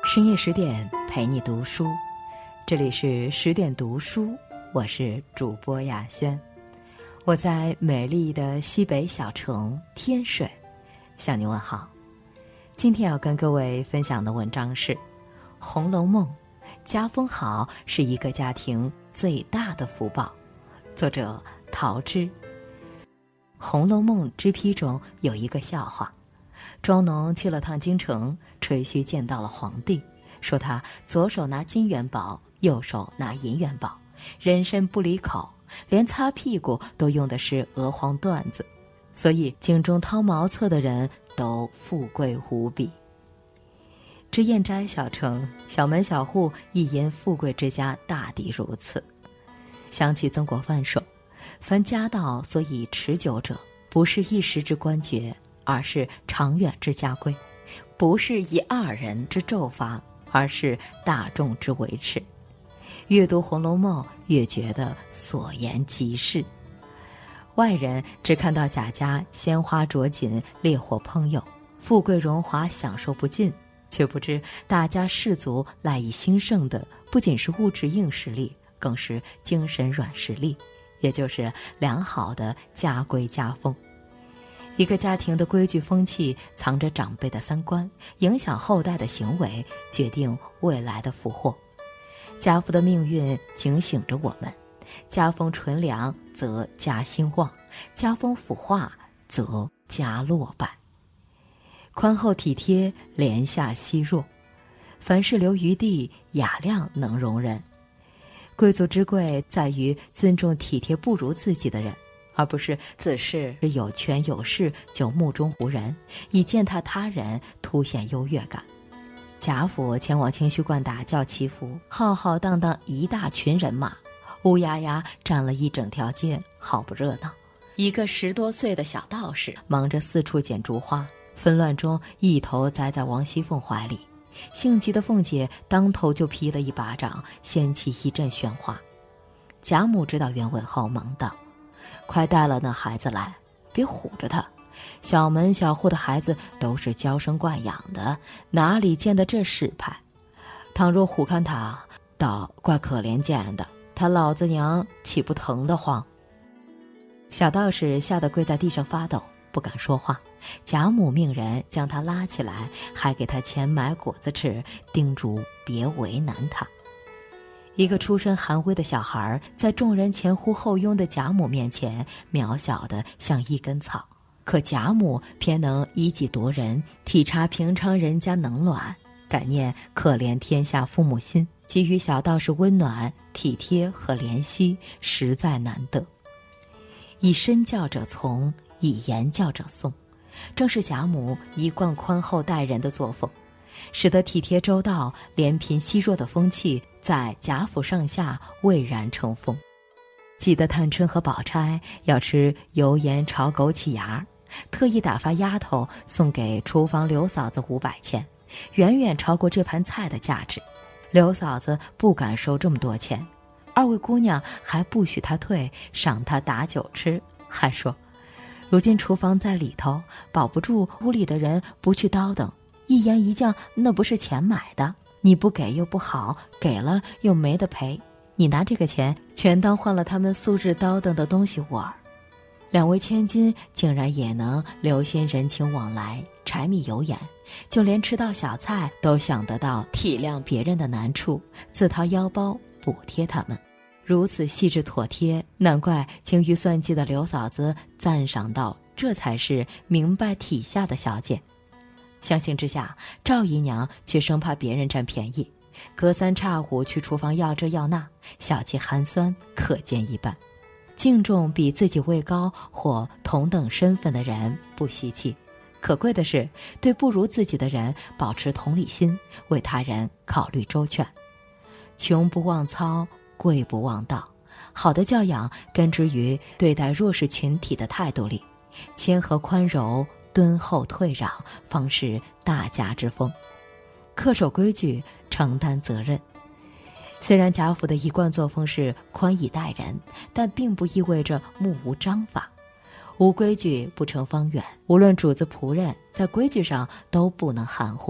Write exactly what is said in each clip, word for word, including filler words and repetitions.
深夜十点陪你读书，这里是十点读书，我是主播雅轩。我在美丽的西北小城天水向你问好。今天要跟各位分享的文章是《红楼梦》，家风好是一个家庭最大的福报。作者陶之。《红楼梦》之批中有一个笑话，庄农去了趟京城，吹嘘见到了皇帝，说他左手拿金元宝，右手拿银元宝，人参不离口，连擦屁股都用的是鹅黄缎子，所以京中掏茅厕的人都富贵无比。知燕斋小城，小门小户一言富贵之家大抵如此。想起曾国藩说，凡家道所以持久者，不是一时之官爵，而是长远之家规；不是一二人之骤发，而是大众之维持。越读《红楼梦》，越觉得所言极是。外人只看到贾家鲜花着锦，烈火烹油，富贵荣华享受不尽，却不知大家士族赖以兴盛的不仅是物质硬实力，更是精神软实力，也就是良好的家规家风。一个家庭的规矩风气藏着长辈的三观，影响后代的行为，决定未来的福祸。家父的命运警醒着我们，家风纯良则家兴旺，家风腐化则家落败。宽厚体贴，廉下息弱，凡事留余地，雅量能容人。贵族之贵在于尊重体贴不如自己的人，而不是自恃有权有势就目中无人，以践踏他人，凸显优越感。贾府前往清虚观打醮祈福，浩浩荡荡一大群人马，乌压压站了一整条街，好不热闹。一个十多岁的小道士忙着四处捡竹花，纷乱中一头栽在王熙凤怀里，性急的凤姐当头就劈了一巴掌，掀起一阵喧哗。贾母知道原委后忙道，快带了那孩子来，别唬着他，小门小户的孩子都是娇生惯养的，哪里见得这世派？倘若唬看他，倒怪可怜见的，他老子娘岂不疼得慌？小道士吓得跪在地上发抖，不敢说话。贾母命人将他拉起来，还给他钱买果子吃，叮嘱别为难他。一个出身寒微的小孩，在众人前呼后拥的贾母面前，渺小的像一根草，可贾母偏能以己度人，体察平常人家冷暖，感念可怜天下父母心，给予小道士温暖、体贴和怜惜，实在难得。以身教者从，以言教者颂，正是贾母一贯宽厚待人的作风，使得体贴周到、怜贫惜弱的风气在贾府上下蔚然成风。记得探春和宝钗要吃油盐炒枸杞芽，特意打发丫头送给厨房刘嫂子五百钱，远远超过这盘菜的价值。刘嫂子不敢收这么多钱，二位姑娘还不许她退，赏她打酒吃，还说如今厨房在里头，保不住屋里的人不去叨等，一盐一酱那不是钱买的，你不给又不好，给了又没得赔，你拿这个钱全当换了他们素日叨等的东西味儿。两位千金竟然也能留心人情往来，柴米油盐，就连吃到小菜都想得到体谅别人的难处，自掏腰包补贴他们。如此细致妥帖，难怪精于算计的刘嫂子赞赏道，这才是明白体下的小姐。相形之下，赵姨娘却生怕别人占便宜，隔三差五去厨房要这要那，小气寒酸，可见一斑。敬重比自己位高或同等身份的人不稀奇，可贵的是对不如自己的人保持同理心，为他人考虑周全。穷不忘操，贵不忘道，好的教养根植于对待弱势群体的态度里，谦和宽柔，敦厚退让，方是大家之风。恪守规矩，承担责任。虽然贾府的一贯作风是宽以待人，但并不意味着目无章法。无规矩不成方圆，无论主子仆人，在规矩上都不能含糊。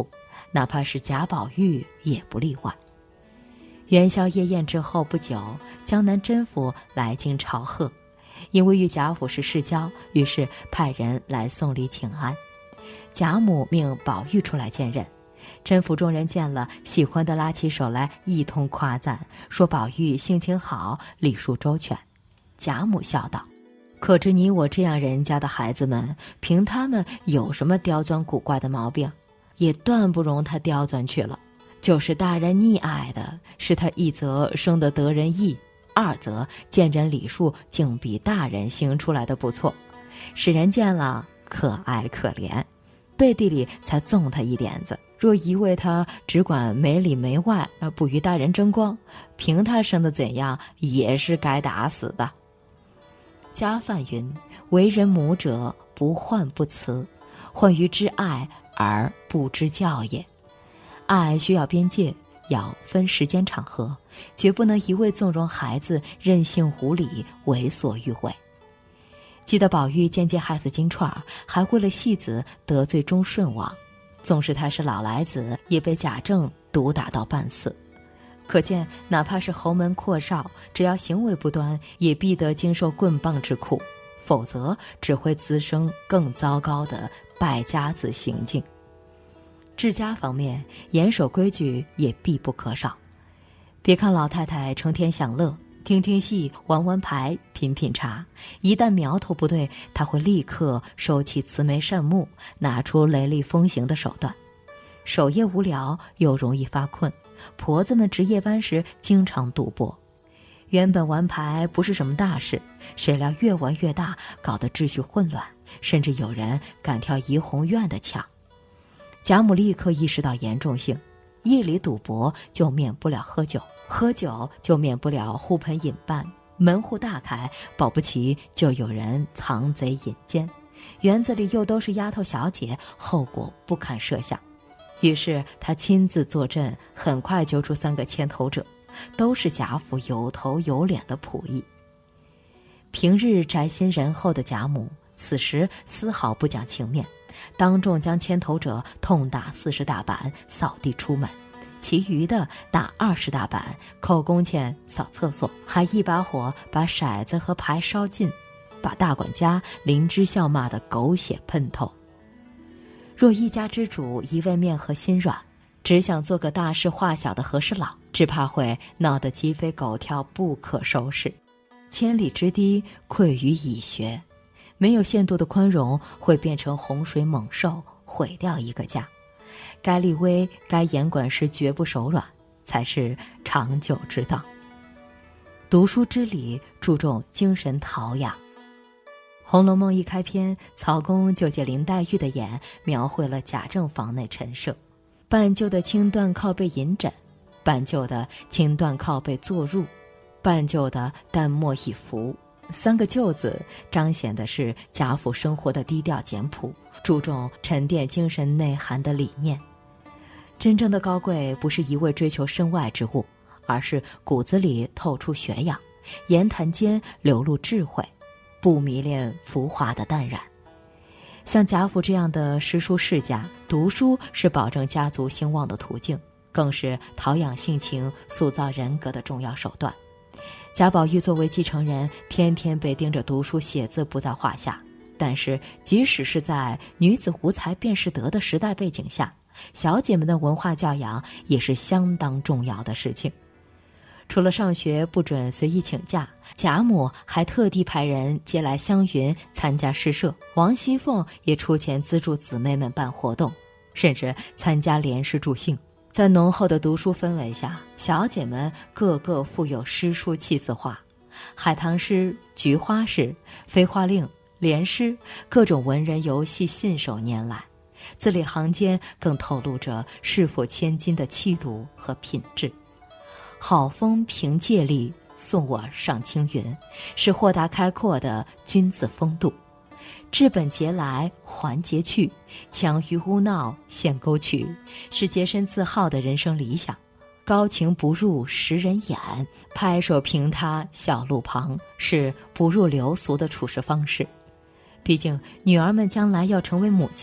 哪怕是贾宝玉也不例外。元宵夜宴之后不久，江南甄宓来京朝贺，因为与贾府是世交，于是派人来送礼请安。贾母命宝玉出来见人，甄府众人见了，喜欢地拉起手来一同夸赞，说宝玉性情好，礼数周全。贾母笑道：可知你我这样人家的孩子们，凭他们有什么刁钻古怪的毛病，也断不容他刁钻去了。就是大人溺爱的，是他一则生得得人意，二则见人礼数竟比大人行出来的不错，使人见了可爱可怜，背地里才纵他一点子。若一味他只管没里没外，不与大人争光，凭他生得怎样，也是该打死的。家范云：为人母者，不患不慈，患于知爱而不知教也。爱需要边界，要分时间场合，绝不能一味纵容孩子任性无理，为所欲为。记得宝玉间接害死金钏，还为了戏子得罪忠顺王，纵使他是老来子，也被贾政毒打到半死。可见哪怕是侯门阔少，只要行为不端，也必得经受棍棒之苦，否则只会滋生更糟糕的败家子行径。治家方面，严守规矩也必不可少。别看老太太成天享乐，听听戏，玩玩牌，品品茶，一旦苗头不对，她会立刻收起慈眉善目，拿出雷厉风行的手段。守夜无聊，又容易发困，婆子们值夜班时经常赌博。原本玩牌不是什么大事，谁料越玩越大，搞得秩序混乱，甚至有人敢跳怡红院的墙。贾母立刻意识到严重性，夜里赌博就免不了喝酒，喝酒就免不了呼朋引伴，门户大开，保不齐就有人藏贼引奸，园子里又都是丫头小姐，后果不堪设想。于是他亲自坐镇，很快揪出三个牵头者，都是贾府有头有脸的仆役。平日宅心仁厚的贾母，此时丝毫不讲情面，当众将牵头者痛打四十大板，扫地出门，其余的打二十大板，扣工钱，扫厕所，还一把火把骰子和牌烧尽，把大管家林之孝骂得狗血喷头。若一家之主一味面和心软，只想做个大事化小的和事佬，只怕会闹得鸡飞狗跳，不可收拾。千里之堤溃于蚁穴，没有限度的宽容会变成洪水猛兽，毁掉一个家。该立威，该严管时绝不手软，才是长久之道。读书之礼注重精神陶养。《红楼梦》一开篇，曹公就借林黛玉的眼描绘了贾政房内陈设：半旧的青缎靠背银枕，半旧的青缎靠背坐褥，半旧的淡墨一幅。三个旧字彰显的是贾府生活的低调简朴，注重沉淀精神内涵的理念。真正的高贵不是一味追求身外之物，而是骨子里透出学养，言谈间流露智慧，不迷恋浮华的淡然。像贾府这样的诗书世家，读书是保证家族兴旺的途径，更是陶养性情、塑造人格的重要手段。贾宝玉作为继承人，天天被盯着读书写字不在话下，但是即使是在女子无才便是德的时代背景下，小姐们的文化教养也是相当重要的事情。除了上学不准随意请假，贾母还特地派人接来湘云参加诗社，王熙凤也出钱资助姊妹们办活动，甚至参加联诗助兴。在浓厚的读书氛围下，小姐们个个富有诗书气自化，海棠诗、菊花诗、飞花令、联诗，各种文人游戏信手拈来，字里行间更透露着世富千金的气度和品质。好风凭借力，送我上青云，是豁达开阔的君子风度。治本节来还节去，强于污闹献沟渠，是洁身自好的人生理想。高情不入识人眼，拍手凭他小路旁，是不入流俗的处事方式。毕竟女儿们将来要成为母亲，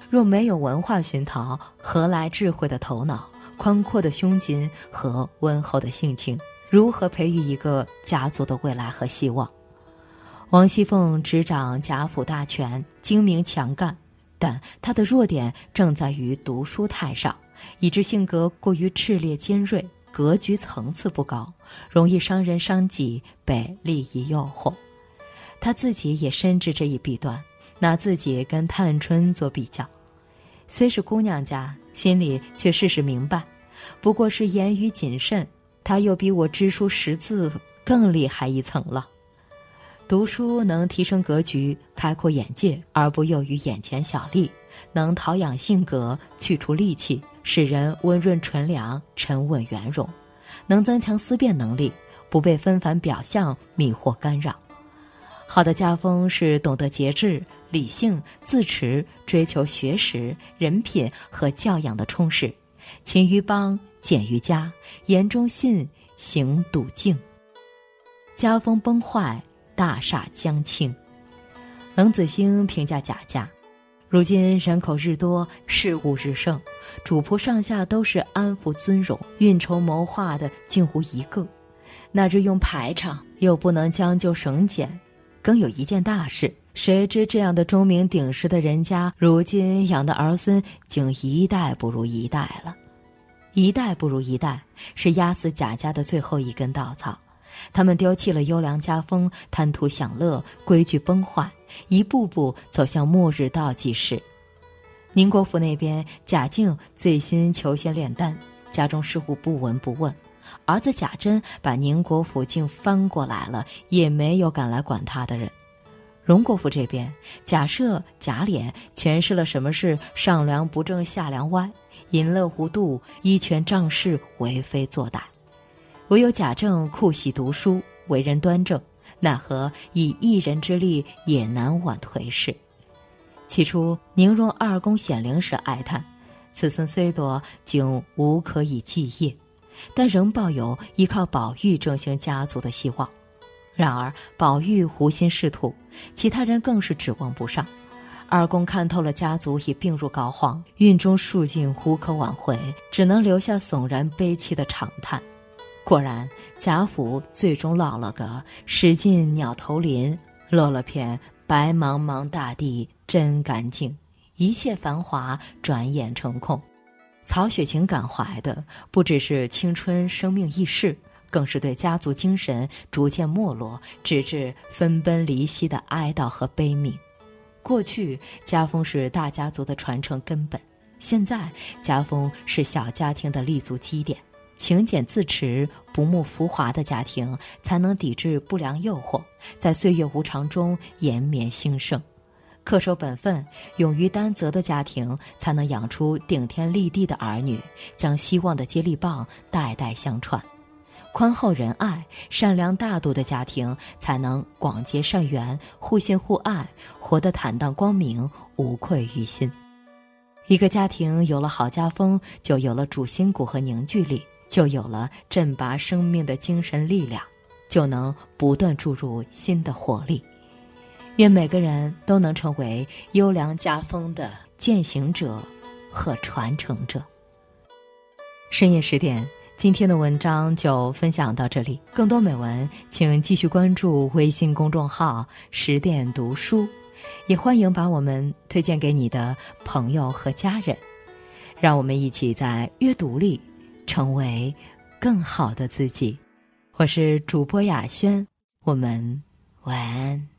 若没有文化熏陶，何来智慧的头脑、宽阔的胸襟和温厚的性情？如何培育一个家族的未来和希望？王熙凤执掌贾府大权，精明强干，但她的弱点正在于读书太少，以致性格过于炽烈尖锐，格局层次不高，容易伤人伤己，被利益诱惑。她自己也深知这一弊端，拿自己跟探春做比较，虽是姑娘家，心里却事事明白，不过是言语谨慎，她又比我知书识字更厉害一层了。读书能提升格局，开阔眼界，而不囿于眼前小利，能陶养性格，去除戾气，使人温润纯良，沉稳圆融，能增强思辨能力，不被纷繁表象迷惑干扰。好的家风是懂得节制、理性、自持，追求学识、人品和教养的充实，勤于邦，俭于家，言忠信，行笃敬。家风崩坏，大厦将倾。冷子兴评价贾家，如今人口日多，事务日盛，主仆上下都是安抚尊荣，运筹谋划的竟无一个。那日用排场，又不能将就省俭，更有一件大事，谁知这样的钟鸣鼎食的人家，如今养的儿孙竟一代不如一代了。一代不如一代，是压死贾家的最后一根稻草。他们丢弃了优良家风，贪图享乐，规矩崩坏，一步步走向末日倒计时。宁国府那边，贾敬醉心求仙炼丹，家中事务不闻不问，儿子贾珍把宁国府竟翻过来了，也没有敢来管他的人。荣国府这边，贾赦、贾琏诠释了什么是上梁不正下梁歪，淫乐无度，依权仗势，为非作歹。唯有贾政酷喜读书，为人端正，奈何以一人之力也难挽颓势。起初宁荣二公显灵时哀叹，子孙虽多，竟无可以继业，但仍抱有依靠宝玉振兴家族的希望。然而宝玉无心仕途，其他人更是指望不上。二公看透了家族已病入膏肓，运中数尽无可挽回，只能留下悚然悲戚的长叹。果然贾府最终落了个石尽鸟投林，落了片白茫茫大地真干净，一切繁华转眼成空。曹雪芹感怀的不只是青春生命易逝，更是对家族精神逐渐没落，直至分崩离析的哀悼和悲悯。过去家风是大家族的传承根本，现在家风是小家庭的立足基点。勤俭自持、不慕浮华的家庭，才能抵制不良诱惑，在岁月无常中延绵兴盛。恪守本分、勇于担责的家庭，才能养出顶天立地的儿女，将希望的接力棒代代相传。宽厚仁爱、善良大度的家庭，才能广结善缘，互信互爱，活得坦荡光明，无愧于心。一个家庭有了好家风，就有了主心骨和凝聚力，就有了振拔生命的精神力量，就能不断注入新的活力。愿每个人都能成为优良家风的践行者和传承者。深夜十点，今天的文章就分享到这里，更多美文请继续关注微信公众号十点读书，也欢迎把我们推荐给你的朋友和家人，让我们一起在阅读里成为更好的自己。我是主播雅轩，我们晚安。